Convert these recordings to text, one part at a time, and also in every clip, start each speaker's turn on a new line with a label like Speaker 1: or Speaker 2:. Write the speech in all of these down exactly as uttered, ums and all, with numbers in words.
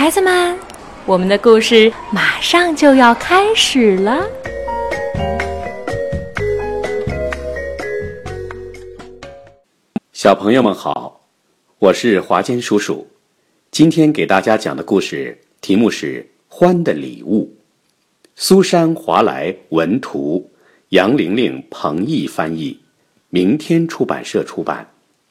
Speaker 1: 孩子们，我们的故事马上就要开始了。
Speaker 2: 小朋友们好，我是华坚叔叔。今天给大家讲的故事题目是《欢的礼物》，苏珊·华莱文图，杨玲玲、彭毅翻译，明天出版社出版。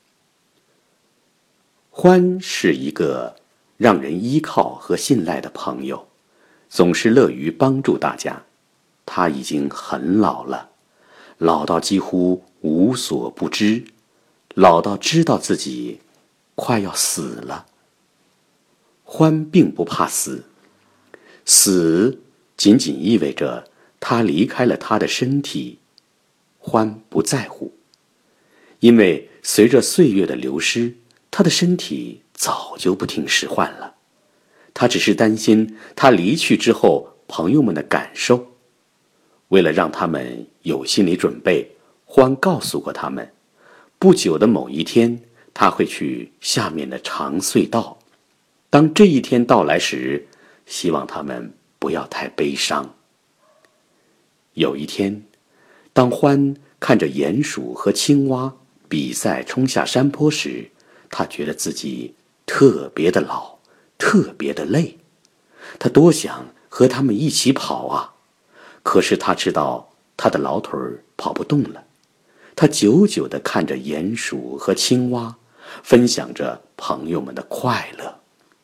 Speaker 2: 欢是一个让人依靠和信赖的朋友，总是乐于帮助大家。他已经很老了，老到几乎无所不知，老到知道自己快要死了。欢并不怕死，死仅仅意味着他离开了他的身体，欢不在乎，因为随着岁月的流失，他的身体早就不听使唤了。他只是担心他离去之后朋友们的感受。为了让他们有心理准备，欢告诉过他们，不久的某一天他会去下面的长隧道。当这一天到来时，希望他们不要太悲伤。有一天，当欢看着鼹鼠和青蛙比赛冲下山坡时，他觉得自己特别的老，特别的累。他多想和他们一起跑啊，可是他知道他的老腿跑不动了。他久久地看着鼹鼠和青蛙，分享着朋友们的快乐。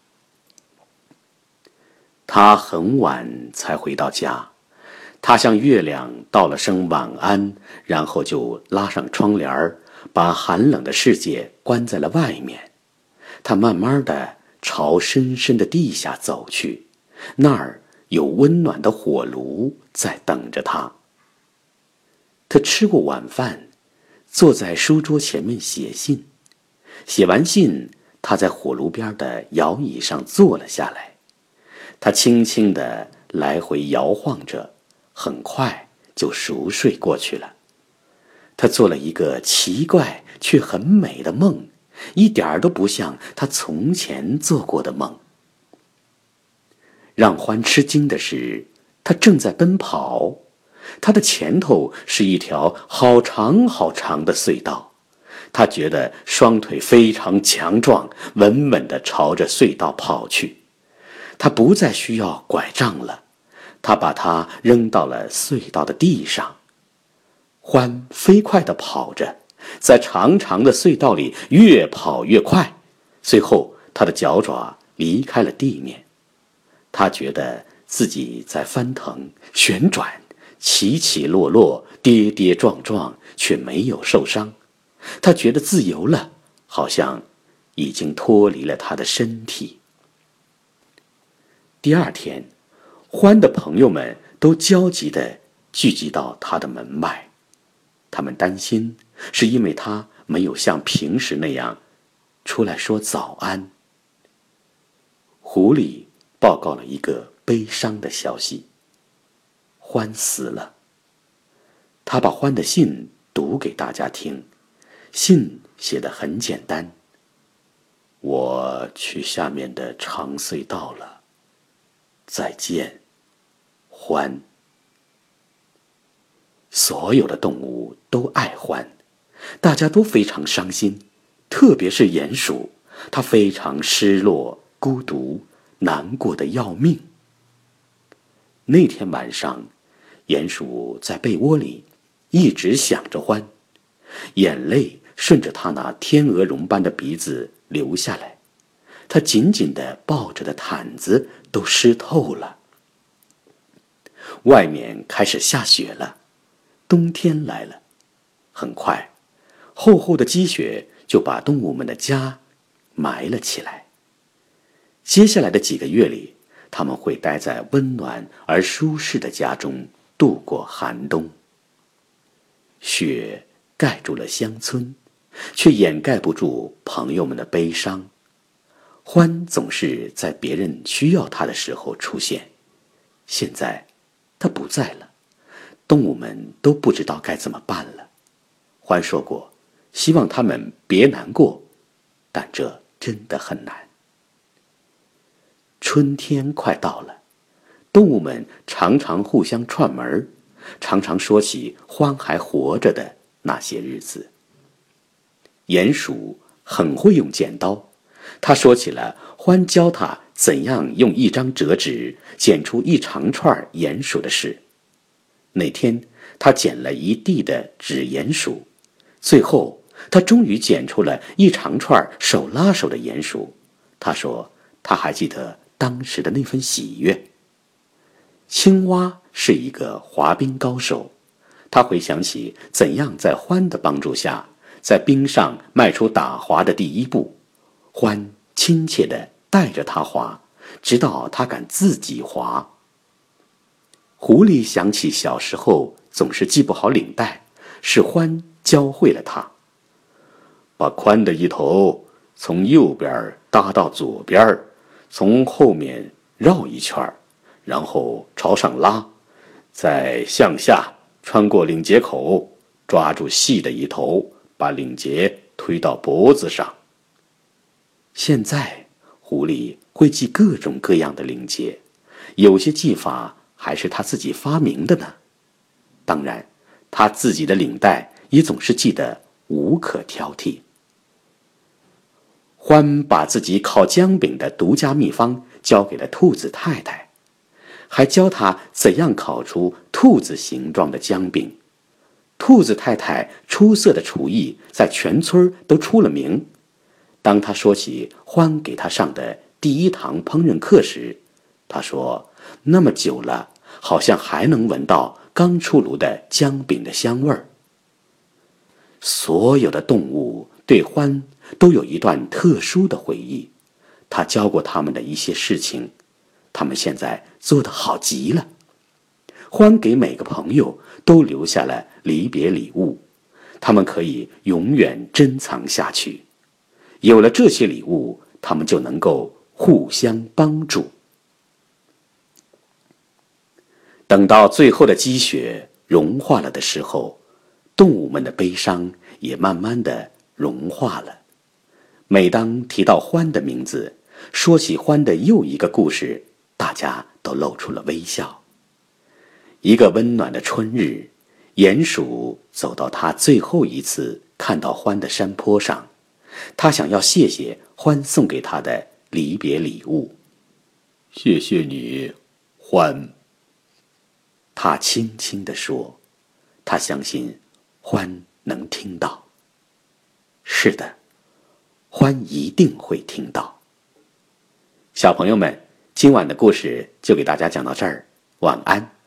Speaker 2: 他很晚才回到家，他向月亮道了声晚安，然后就拉上窗帘，把寒冷的世界关在了外面。他慢慢地朝深深的地下走去，那儿有温暖的火炉在等着他。他吃过晚饭，坐在书桌前面写信。写完信，他在火炉边的摇椅上坐了下来。他轻轻地来回摇晃着，很快就熟睡过去了。他做了一个奇怪却很美的梦，一点儿都不像他从前做过的梦。让欢吃惊的是，他正在奔跑，他的前头是一条好长好长的隧道。他觉得双腿非常强壮，稳稳地朝着隧道跑去。他不再需要拐杖了，他把它扔到了隧道的地上。欢飞快地跑着，在长长的隧道里越跑越快，最后他的脚爪离开了地面。他觉得自己在翻腾、旋转，起起落落，跌跌撞撞，却没有受伤。他觉得自由了，好像已经脱离了他的身体。第二天，欢的朋友们都焦急地聚集到他的门外。他们担心是因为他没有像平时那样出来说早安。狐狸报告了一个悲伤的消息：欢死了。他把欢的信读给大家听，信写得很简单：我去下面的长隧道了，再见，欢。所有的动物都爱欢，大家都非常伤心，特别是鼹鼠，它非常失落、孤独，难过得要命。那天晚上，鼹鼠在被窝里一直想着欢，眼泪顺着他那天鹅绒般的鼻子流下来，他紧紧地抱着的毯子都湿透了。外面开始下雪了，冬天来了。很快，厚厚的积雪就把动物们的家埋了起来。接下来的几个月里，他们会待在温暖而舒适的家中度过寒冬。雪盖住了乡村，却掩盖不住朋友们的悲伤。欢总是在别人需要他的时候出现，现在他不在了，动物们都不知道该怎么办了。欢说过，希望他们别难过，但这真的很难。 春天快到了，动物们常常互相串门，常常说起獾还活着的那些日子。鼹鼠很会用剪刀，他说起了獾教他怎样用一张折纸剪出一长串鼹鼠的事。那天他剪了一地的纸鼹鼠，最后他终于剪出了一长串手拉手的鼹鼠。他说他还记得当时的那份喜悦。青蛙是一个滑冰高手，他回想起怎样在獾的帮助下在冰上迈出打滑的第一步，獾亲切地带着他滑，直到他敢自己滑。狐狸想起小时候总是系不好领带，是獾教会了他。把宽的一头从右边搭到左边，从后面绕一圈，然后朝上拉，再向下穿过领结口，抓住细的一头，把领结推到脖子上。现在狐狸会系各种各样的领结，有些系法还是他自己发明的呢。当然他自己的领带也总是系得无可挑剔。獾把自己烤姜饼的独家秘方交给了兔子太太，还教他怎样烤出兔子形状的姜饼。兔子太太出色的厨艺在全村都出了名。当他说起獾给他上的第一堂烹饪课时，他说那么久了，好像还能闻到刚出炉的姜饼的香味儿。所有的动物对獾都有一段特殊的回忆，他教过他们的一些事情，他们现在做得好极了。獾给每个朋友都留下了离别礼物，他们可以永远珍藏下去。有了这些礼物，他们就能够互相帮助。等到最后的积雪融化了的时候，动物们的悲伤也慢慢的融化了。每当提到獾的名字，说起獾的又一个故事，大家都露出了微笑。一个温暖的春日，鼹鼠走到他最后一次看到獾的山坡上，他想要谢谢獾送给他的离别礼物。谢谢你，獾。他轻轻地说，他相信獾能听到。是的，獾一定会听到。小朋友们，今晚的故事就给大家讲到这儿，晚安。